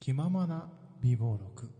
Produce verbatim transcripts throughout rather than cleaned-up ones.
気ままな美貌録。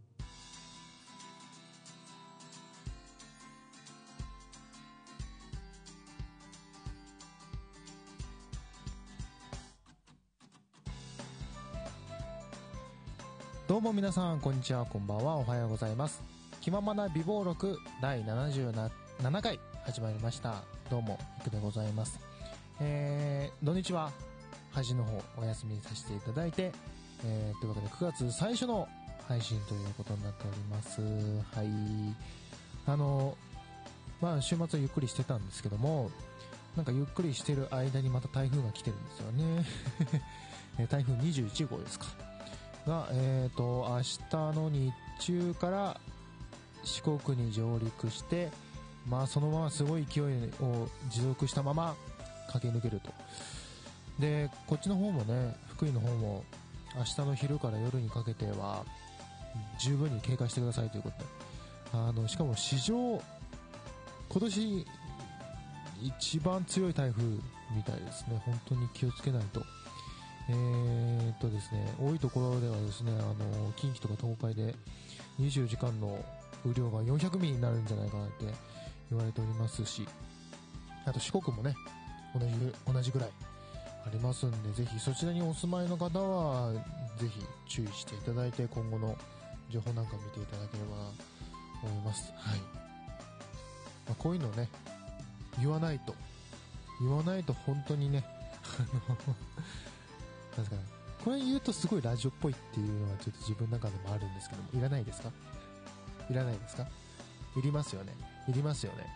どうも皆さんこんにちは、こんばんは、おはようございます。気ままな美貌録だいななじゅうななかい始まりました。どうもいくでございます。えー、土日は配信の方お休みさせていただいて、えー、というわけでくがつ最初の配信ということになっております。はい。あの、まあ週末はゆっくりしてたんですけども、なんかゆっくりしてる間にまた台風が来てるんですよね。台風にじゅういちごうですか。が、えーと、明日の日中から四国に上陸して、まあそのまますごい勢いを持続したまま駆け抜けると。で、こっちの方もね、福井の方も明日の昼から夜にかけては十分に警戒してくださいということで、あのしかも史上今年一番強い台風みたいですね。本当に気をつけないと。えーっとですね、多いところではですね、あの近畿とか東海でにじゅうよじかんの雨量がよんひゃくミリになるんじゃないかなって言われておりますし、あと四国もね、同じ同じぐらいありますんで、ぜひそちらにお住まいの方はぜひ注意していただいて、今後の情報なんか見ていただければなと思います。はい。まあ、こういうのね、言わないと言わないと本当にね、あのなんですかね、これ言うとすごいラジオっぽいっていうのはちょっと自分の中でもあるんですけども、いらないですか？いらないですか？いりますよね。いりますよね。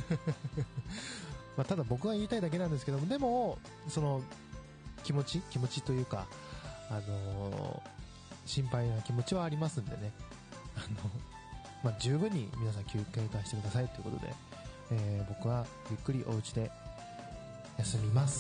まあただ僕が言いたいだけなんですけども、でもその気持ち気持ちというか、あのー、心配な気持ちはありますんでね、あのまあ十分に皆さん警戒してくださいということで、えー、僕はゆっくりお家で休みます。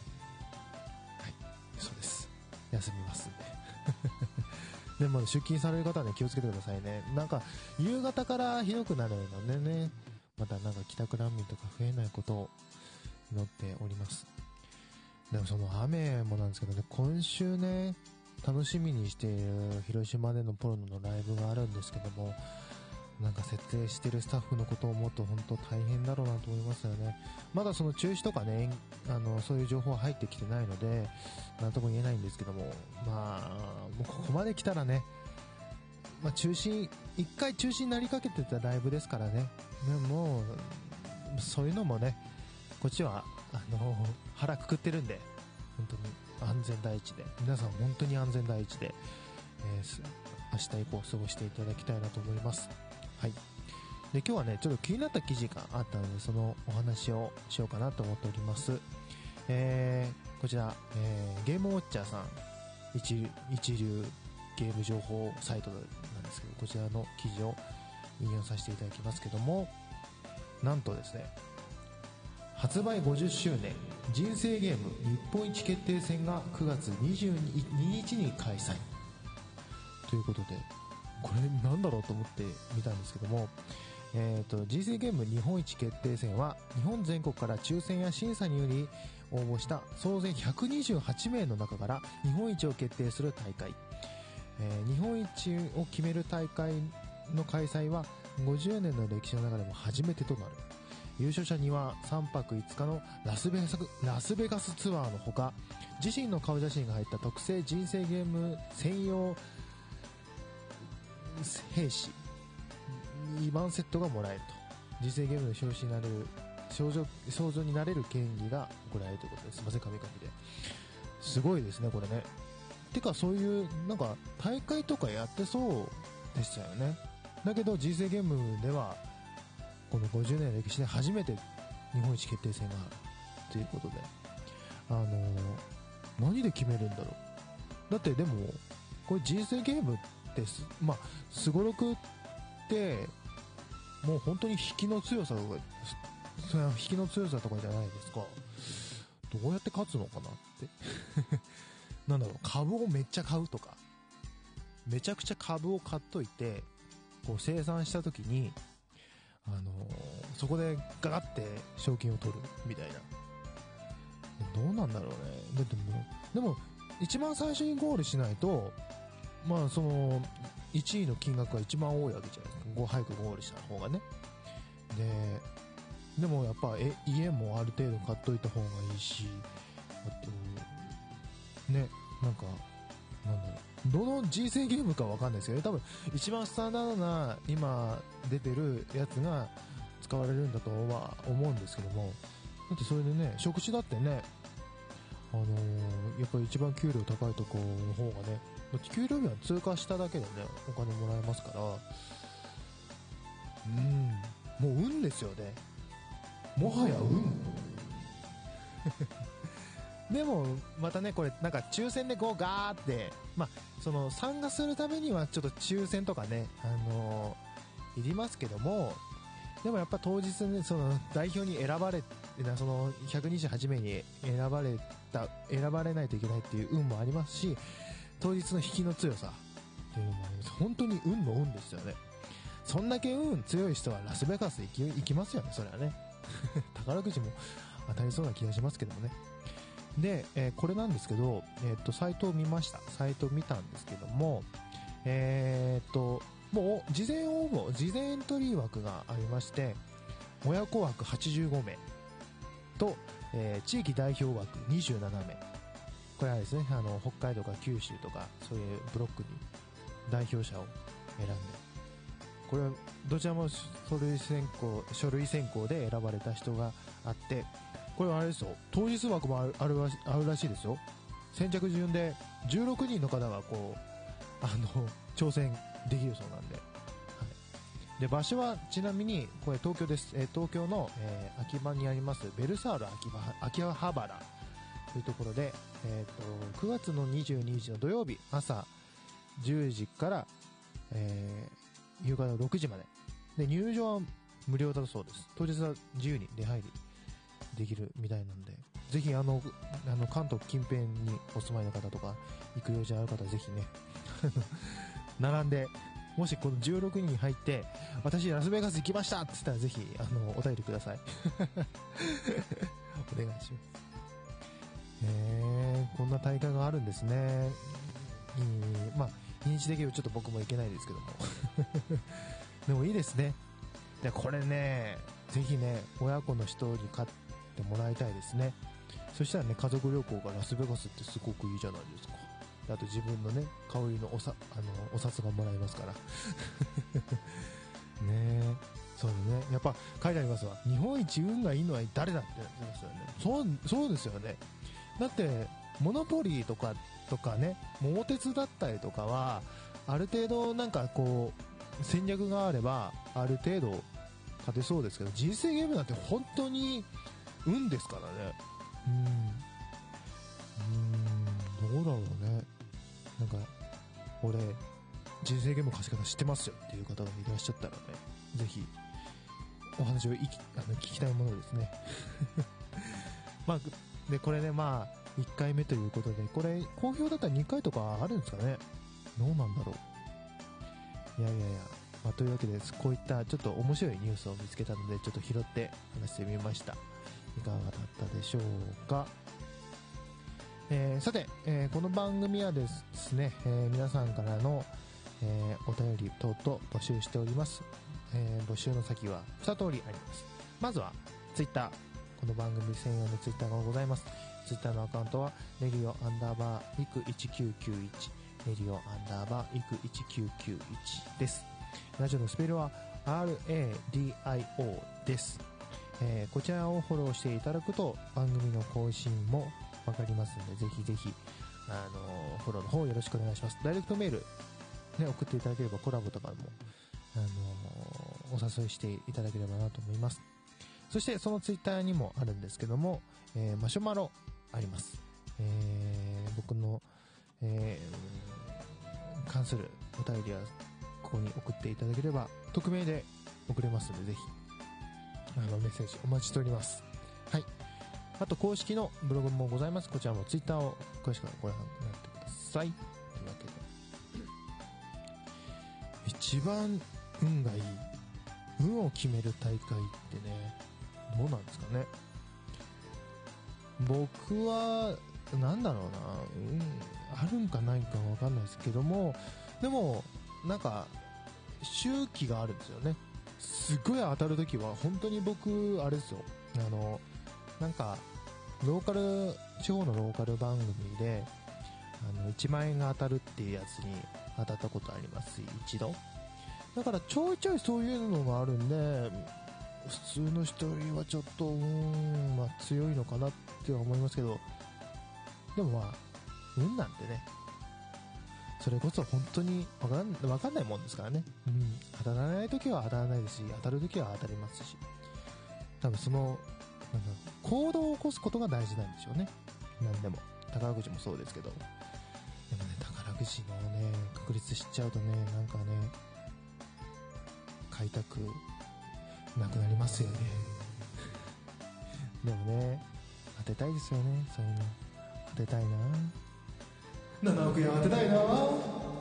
休みますんで。でも出勤される方はね、気をつけてくださいね。なんか夕方からひどくなるのでね、またなんか帰宅難民とか増えないことを祈っております。でもその雨もなんですけどね、今週ね、楽しみにしている広島でのポルノのライブがあるんですけども、なんか設定してるスタッフのことを思うと本当大変だろうなと思いますよね。まだその中止とかね、あのそういう情報は入ってきてないのでなんとも言えないんですけども、まあもうここまで来たらね、まあ、中止一回中止になりかけてたライブですからね。でもそういうのもね、こっちはあの腹くくってるんで、本当に安全第一で、皆さん本当に安全第一で、えー、明日以降過ごしていただきたいなと思います。はい。で、今日はね、ちょっと気になった記事があったので、そのお話をしようかなと思っております。えー、こちら、えー、ゲームウォッチャーさん、一流、一流ゲーム情報サイトなんですけど、こちらの記事を引用させていただきますけども、なんとですね、発売ごじゅっしゅうねん人生ゲーム日本一決定戦がくがつにじゅうににちに開催ということで、これなんだろうと思って見たんですけども、えーと、人生ゲーム日本一決定戦は日本全国から抽選や審査により応募した総勢ひゃくにじゅうはちめいの中から日本一を決定する大会、えー、日本一を決める大会の開催はごじゅうねんの歴史の中でも初めてとなる。優勝者にはさんぱくいつかのラスベガス、ラスベガスツアーのほか、自身の顔写真が入った特製人生ゲーム専用兵士にばんセットがもらえると。人生ゲームの表紙になれる少女少女になれる権利がもらえるということです。すいません、神々ですごいですねこれね。てかそういうなんか大会とかやってそうでしたよね。だけど人生ゲームではこのごじゅうねんの歴史で初めて日本一決定戦があるということで、あのー、何で決めるんだろう。だってでもこれ人生ゲームってすまあすごろくってもう本当に引きの強さとか引きの強さとかじゃないですか。どうやって勝つのかなってなんだろう、株をめっちゃ買うとか、めちゃくちゃ株を買っといてこう生産した時にあのー、そこでガガって賞金を取るみたいな。どうなんだろうね。だってもうでも一番最初にゴールしないとまあそのいちいの金額が一番多いわけじゃないですか。ご早くゴールした方がね。ででもやっぱえ家もある程度買っといた方がいいし、あとね、なんかなんだろう、どの人生ゲームかわかんないですけど、ね、多分一番スタンダードな今出てるやつが使われるんだとは思うんですけども、だってそれでね、食事だってね、あのー、やっぱり一番給料高いところの方がね、給料日は通過しただけでねお金もらえますから、うん、もう運ですよね、もはや運でもまたね、これなんか抽選でこうガーって、まあその参加するためにはちょっと抽選とかね、あのー、いりますけども、でもやっぱ当日ね、その代表に選ばれそのひゃくにじゅうはち名に選ばれた選ばれないといけないっていう運もありますし、当日の引きの強さっていうのもあります。本当に運の運ですよね。そんだけ運強い人はラスベガス行き、行きますよね、それはね宝くじも当たりそうな気がしますけどもね。で、えー、これなんですけど、えー、っとサイトを見ましたサイトを見たんですけども、えー、っともう事前応募事前エントリー枠がありまして、親子枠はちじゅうご名と、えー、地域代表枠にじゅうなな名、これはですね、あの北海道か九州とかそういうブロックに代表者を選んで、これはどちらも書類選考書類選考で選ばれた人があって、これはあれですよ、当日枠もある、ある、あるらしいですよ。先着順でじゅうろくにんの方がこうあの挑戦できるそうなんで、はい、で場所はちなみにこれ東京です、えー、東京の、えー、秋葉にありますベルサール秋葉、秋葉原というところで、えー、とくがつのにじゅうににちの土曜日朝じゅうじから、えー、夕方ろくじまでで、入場は無料だそうです。当日は自由に出入りできるみたいなんで、ぜひあのあの関東近辺にお住まいの方とか行く用事ある方はぜひね並んで、もしこのじゅうろくにんに入って私ラスベガス行きましたって言ったらぜひあのお便りくださいお願いします。へー、こんな大会があるんですね。いい、まあ日にち的にはちょっと僕も行けないですけどもでもいいですね。でこれね、ぜひね親子の人に買ってもらいたいですね。そしたらね、家族旅行がラスベガスってすごくいいじゃないですか。あと自分のね香りのおさあのお札がもらえますからねえ、そうね、やっぱ書いてありますわ。日本一運がいいのは誰だって言ってますよね。そうそうですよね。だってモノポリーとかとかね、桃鉄だったりとかはある程度なんかこう戦略があればある程度勝てそうですけど、人生ゲームなんて本当に運ですからね。うーん、うーん、どうだろうね。なんか俺人生ゲームの貸し方知ってますよっていう方がいらっしゃったらね、ぜひお話をいきあの聞きたいものですねまあでこれね、まあいっかいめということで、これ好評だったらにかいとかあるんですかね。どうなんだろう。いやいやいや、まあ、というわけでこういったちょっと面白いニュースを見つけたのでちょっと拾って話してみました。いかがだったでしょうか。えー、さて、えー、この番組はですね、えー、皆さんからの、えー、お便り等々募集しております。えー、募集の先はに通りあります。まずはツイッター、この番組専用のツイッターがございます。ツイッターのアカウントはレディオアンダーバーイクいちきゅうきゅういち、レディオアンダーバーイクいちきゅうきゅういちです。ラジオのスペルは アールエーディーアイオー です。えー、こちらをフォローしていただくと番組の更新もわかりますので、ぜひぜひ、あのー、フォローの方よろしくお願いします。ダイレクトメール、ね、送っていただければコラボとかも、あのー、お誘いしていただければなと思います。そしてそのツイッターにもあるんですけども、えー、マシュマロあります。えー、僕の、えー、関するお便りはここに送っていただければ匿名で送れますので、ぜひあのメッセージお待ちしております。はい。あと公式のブログもございます。こちらもツイッターを詳しくご覧になってください。というわけで、一番運がいい運を決める大会ってね、どうなんですかね。僕はなんだろうな、 あるんかないんかわかんないですけども、でもなんか周期があるんですよね。すごい当たるときは本当に僕あれですよ、あのなんかローカル地方のローカル番組であのいちまんえんが当たるっていうやつに当たったことあります、一度。だからちょいちょいそういうのがあるんで、普通の人よりはちょっとうーん、まあ、強いのかなっては思いますけど、でもまあ運なんてね、それこそ本当に分かん、分かんないもんですからね、うん、当たらない時は当たらないですし、当たる時は当たりますし、多分そのなんか行動を起こすことが大事なんでしょうね。何でも宝くじもそうですけど、でもね、宝くじのね確率知っちゃうとね、なんかね買いたくなくなりますよねでもね、当てたいですよね、そういうの当てたいな、ななおくえん当てたいなというわ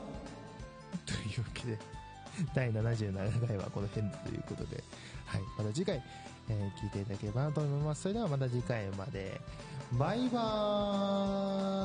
けでだいななじゅうななかいはこの辺ということで、はい、また次回、えー、聞いていただければなと思います。それではまた次回まで、バイバーイ。